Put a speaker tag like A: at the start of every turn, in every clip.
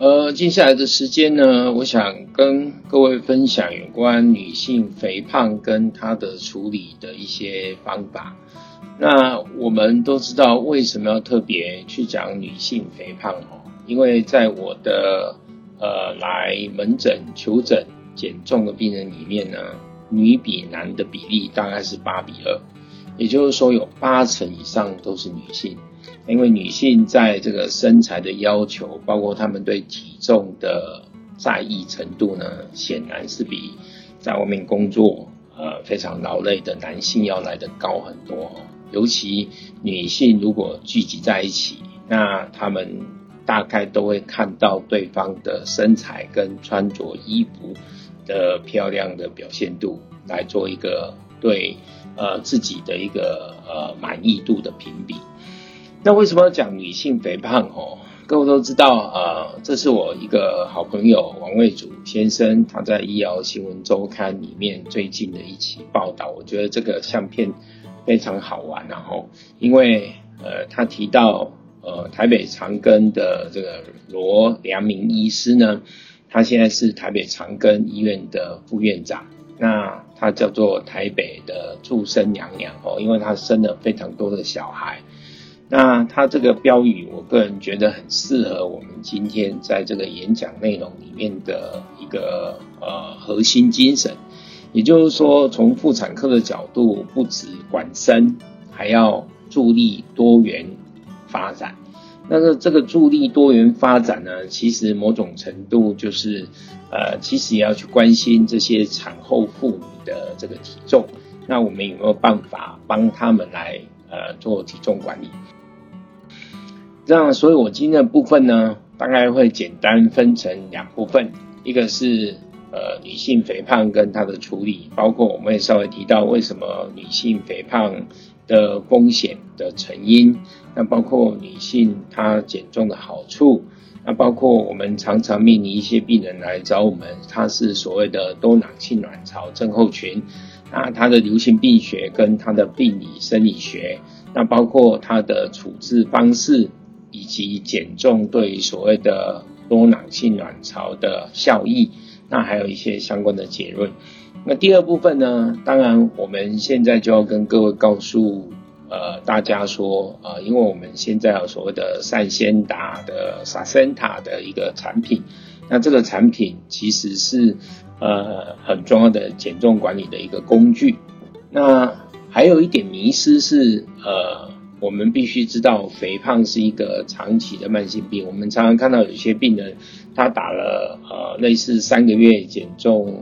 A: 接下来的时间呢，我想跟各位分享有关女性肥胖跟她的处理的一些方法。那我们都知道为什么要特别去讲女性肥胖因为在我的来门诊求诊减重的病人里面呢，女比男的比例大概是8:2，也就是说有80%以上都是女性。因为女性在这个身材的要求，包括她们对体重的在意程度呢，显然是比在外面工作非常劳累的男性要来得高很多。尤其女性如果聚集在一起，那她们大概都会看到对方的身材跟穿着衣服的漂亮的表现度，来做一个对自己的一个满意度的评比。那为什么要讲女性肥胖各位都知道这是我一个好朋友王卫祖先生，他在医疗新闻周刊里面最近的一期报道，我觉得这个相片非常好玩因为他提到台北长庚的这个罗良明医师呢，他现在是台北长庚医院的副院长，那他叫做台北的祝生娘娘因为他生了非常多的小孩。那他这个标语我个人觉得很适合我们今天在这个演讲内容里面的一个核心精神，也就是说从妇产科的角度，不只管生，还要助力多元发展。那这个助力多元发展呢，其实某种程度就是其实也要去关心这些产后妇女的这个体重，那我们有没有办法帮他们来做体重管理。这样，所以我今天的部分呢，大概会简单分成2部分，一个是女性肥胖跟它的处理，包括我们会稍微提到为什么女性肥胖的风险的成因，那包括女性她减重的好处，那包括我们常常面临一些病人来找我们，他是所谓的多囊性卵巢症候群，那它的流行病学跟它的病理生理学，那包括它的处置方式，以及减重对所谓的多囊性卵巢的效益，那还有一些相关的结论。那第二部分呢，当然我们现在就要跟各位告诉大家说因为我们现在有所谓的善先达的 Saxenda 的一个产品，那这个产品其实是很重要的减重管理的一个工具。那还有一点迷思是我们必须知道肥胖是一个长期的慢性病。我们常常看到有些病人他打了类似3个月减重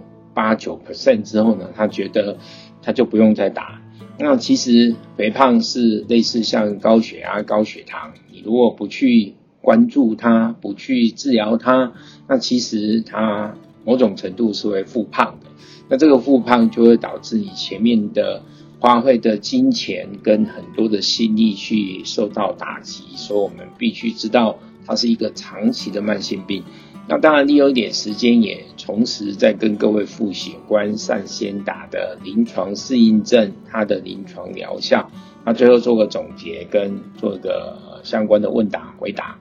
A: 8-9% 之后呢，他觉得他就不用再打。那其实肥胖是类似像高血压、高血糖，你如果不去关注它，不去治疗它，那其实它某种程度是会复胖的。那这个复胖就会导致你前面的花费的金钱跟很多的心力去受到打击，所以我们必须知道它是一个长期的慢性病。那当然利用一点时间也同时再跟各位复习有关善先达的临床适应症，它的临床疗效，那最后做个总结跟做一个相关的问答回答。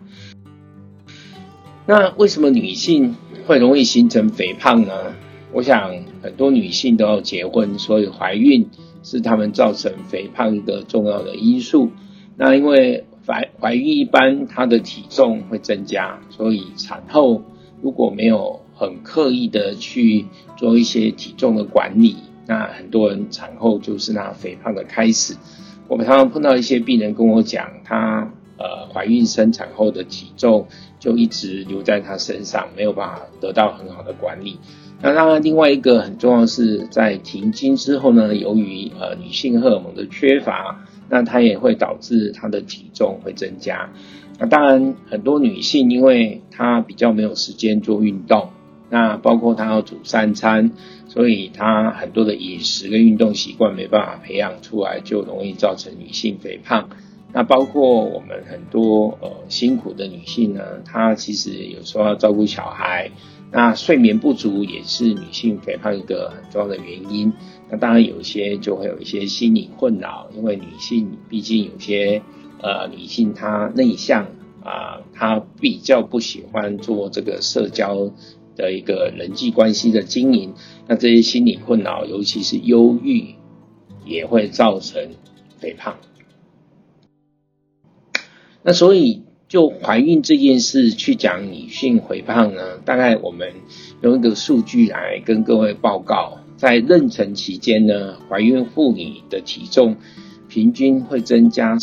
A: 那为什么女性会容易形成肥胖呢？我想很多女性都要结婚，所以怀孕是她们造成肥胖一个重要的因素。那因为怀孕一般她的体重会增加，所以产后如果没有很刻意的去做一些体重的管理，那很多人产后就是那肥胖的开始。我们常常碰到一些病人跟我讲，她怀孕生产后的体重就一直留在她身上，没有办法得到很好的管理。那当然另外一个很重要的是在停经之后呢，由于女性荷尔蒙的缺乏，那它也会导致她的体重会增加。那当然很多女性因为她比较没有时间做运动，那包括她要煮3餐，所以她很多的饮食跟运动习惯没办法培养出来，就容易造成女性肥胖。那包括我们很多辛苦的女性呢，她其实有时候要照顾小孩，那睡眠不足也是女性肥胖一个很重要的原因。那当然有些就会有一些心理困扰，因为女性毕竟有些女性她内向他比较不喜欢做这个社交的一个人际关系的经营，那这些心理困扰，尤其是忧郁，也会造成肥胖。那所以就怀孕这件事去讲女性肥胖呢，大概我们用一个数据来跟各位报告，在妊娠期间呢，怀孕妇女的体重平均会增加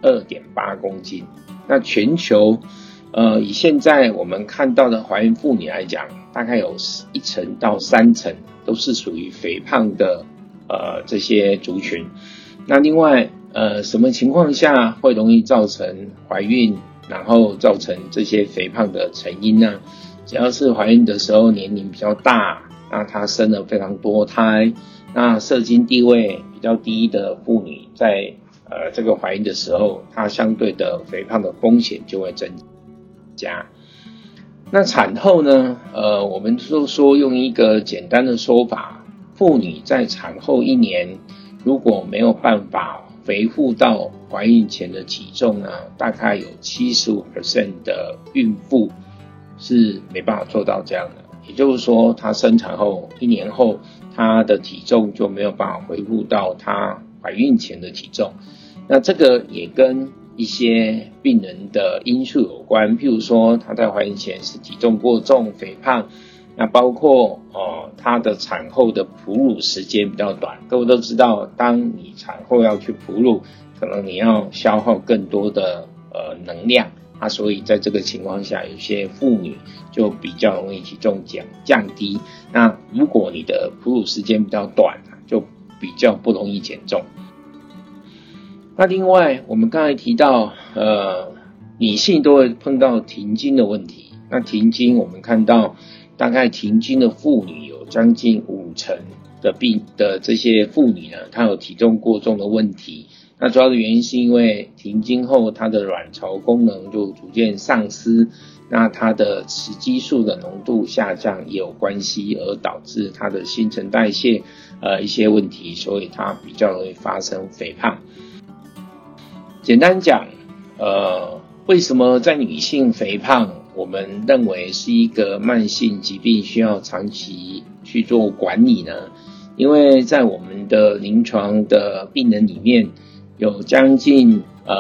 A: 12.8 公斤。那全球以现在我们看到的怀孕妇女来讲，大概有1%到3%都是属于肥胖的这些族群。那另外什么情况下会容易造成怀孕，然后造成这些肥胖的成因呢？只要是怀孕的时候年龄比较大，那她生了非常多胎，那社经地位比较低的妇女，在这个怀孕的时候，她相对的肥胖的风险就会增加。那产后呢，我们就说用一个简单的说法，妇女在产后1年如果没有办法恢复到怀孕前的体重呢，大概有 75% 的孕妇是没办法做到这样的。也就是说，她生产后1年后，她的体重就没有办法恢复到她怀孕前的体重。那这个也跟一些病人的因素有关，譬如说她在怀孕前是体重过重、肥胖，那包括她的产后的哺乳时间比较短。各位都知道，当你产后要去哺乳，可能你要消耗更多的能量，所以在这个情况下，有些妇女就比较容易体重降低。那如果你的哺乳时间比较短，就比较不容易减重。那另外我们刚才提到女性都会碰到停经的问题。那停经我们看到大概停经的妇女有将近50%的这些妇女呢，她有体重过重的问题。那主要的原因是因为停经后她的卵巢功能就逐渐丧失，那她的雌激素的浓度下降也有关系，而导致她的新陈代谢一些问题，所以她比较容易发生肥胖。简单讲为什么在女性肥胖我们认为是一个慢性疾病，需要长期去做管理呢？因为在我们的临床的病人里面，有将近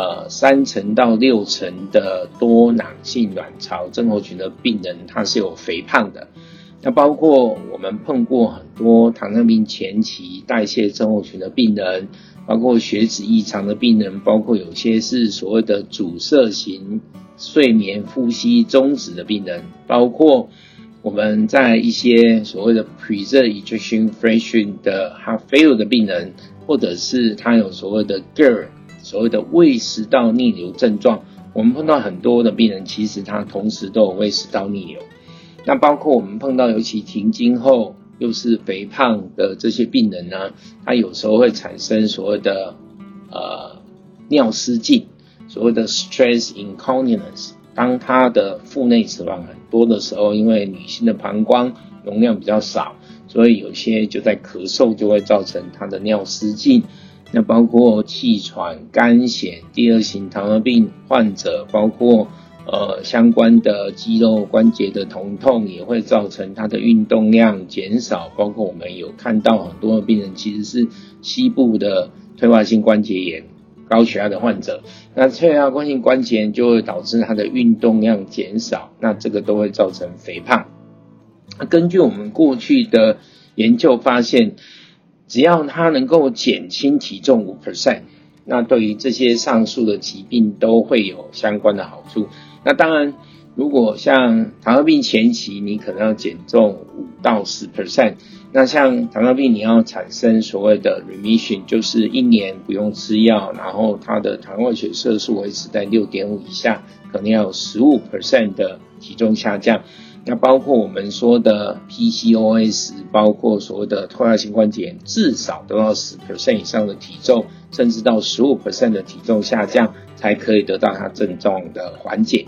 A: 3%到6%的多囊性卵巢症候群的病人，他是有肥胖的。那包括我们碰过很多糖尿病前期代谢症候群的病人，包括血脂异常的病人，包括有些是所谓的阻塞型睡眠呼吸中止的病人，包括我们在一些所谓的 preserved ejection fraction 的 heart failure 的病人，或者是他有所谓的 GERD 所谓的胃食道逆流症状，我们碰到很多的病人其实他同时都有胃食道逆流。那包括我们碰到尤其停经后又是肥胖的这些病人呢，他有时候会产生所谓的尿失禁，所谓的 stress incontinence。当他的腹内脂肪很多的时候，因为女性的膀胱容量比较少，所以有些就在咳嗽就会造成他的尿失禁。那包括气喘、肝癣、第2型糖尿病患者，包括相关的肌肉关节的疼痛，也会造成他的运动量减少。包括我们有看到很多的病人其实是膝部的退化性关节炎、高血压的患者，那退化性关节炎就会导致他的运动量减少，那这个都会造成肥胖。根据我们过去的研究发现，只要他能够减轻体重 5%， 那对于这些上述的疾病都会有相关的好处。那当然如果像糖尿病前期，你可能要减重5到10%，那像糖尿病你要产生所谓的 remission， 就是1年不用吃药，然后它的糖化血色素维持在 6.5 以下，可能要有 15% 的体重下降。那包括我们说的 PCOS， 包括所谓的退化性关节炎，至少都要 10% 以上的体重，甚至到 15% 的体重下降，才可以得到它症状的缓解。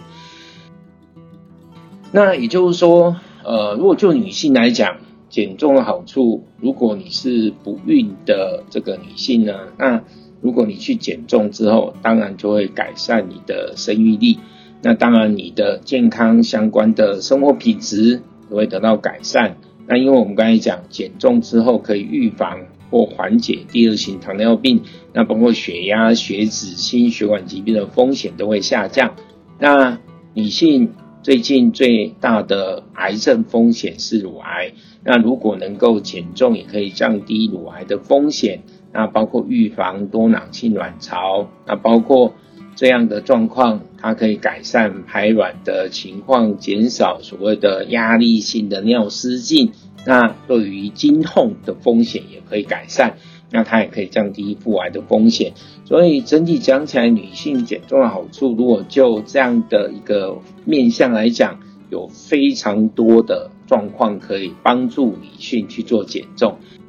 A: 那也就是说如果就女性来讲，减重的好处，如果你是不孕的这个女性呢，那如果你去减重之后，当然就会改善你的生育力。 那当然你的健康相关的生活品质也会得到改善。那因为我们刚才讲减重之后可以预防或缓解第2型糖尿病，那包括血压、血脂、心血管疾病的风险都会下降。那女性最近最大的癌症风险是乳癌，那如果能够减重也可以降低乳癌的风险，那包括预防多囊性卵巢，那包括这样的状况它可以改善排卵的情况，减少所谓的压力性的尿失禁，那对于经痛的风险也可以改善，那它也可以降低腹癌的风险。所以整体讲起来，女性减重的好处，如果就这样的一个面向来讲，有非常多的状况可以帮助女性去做减重。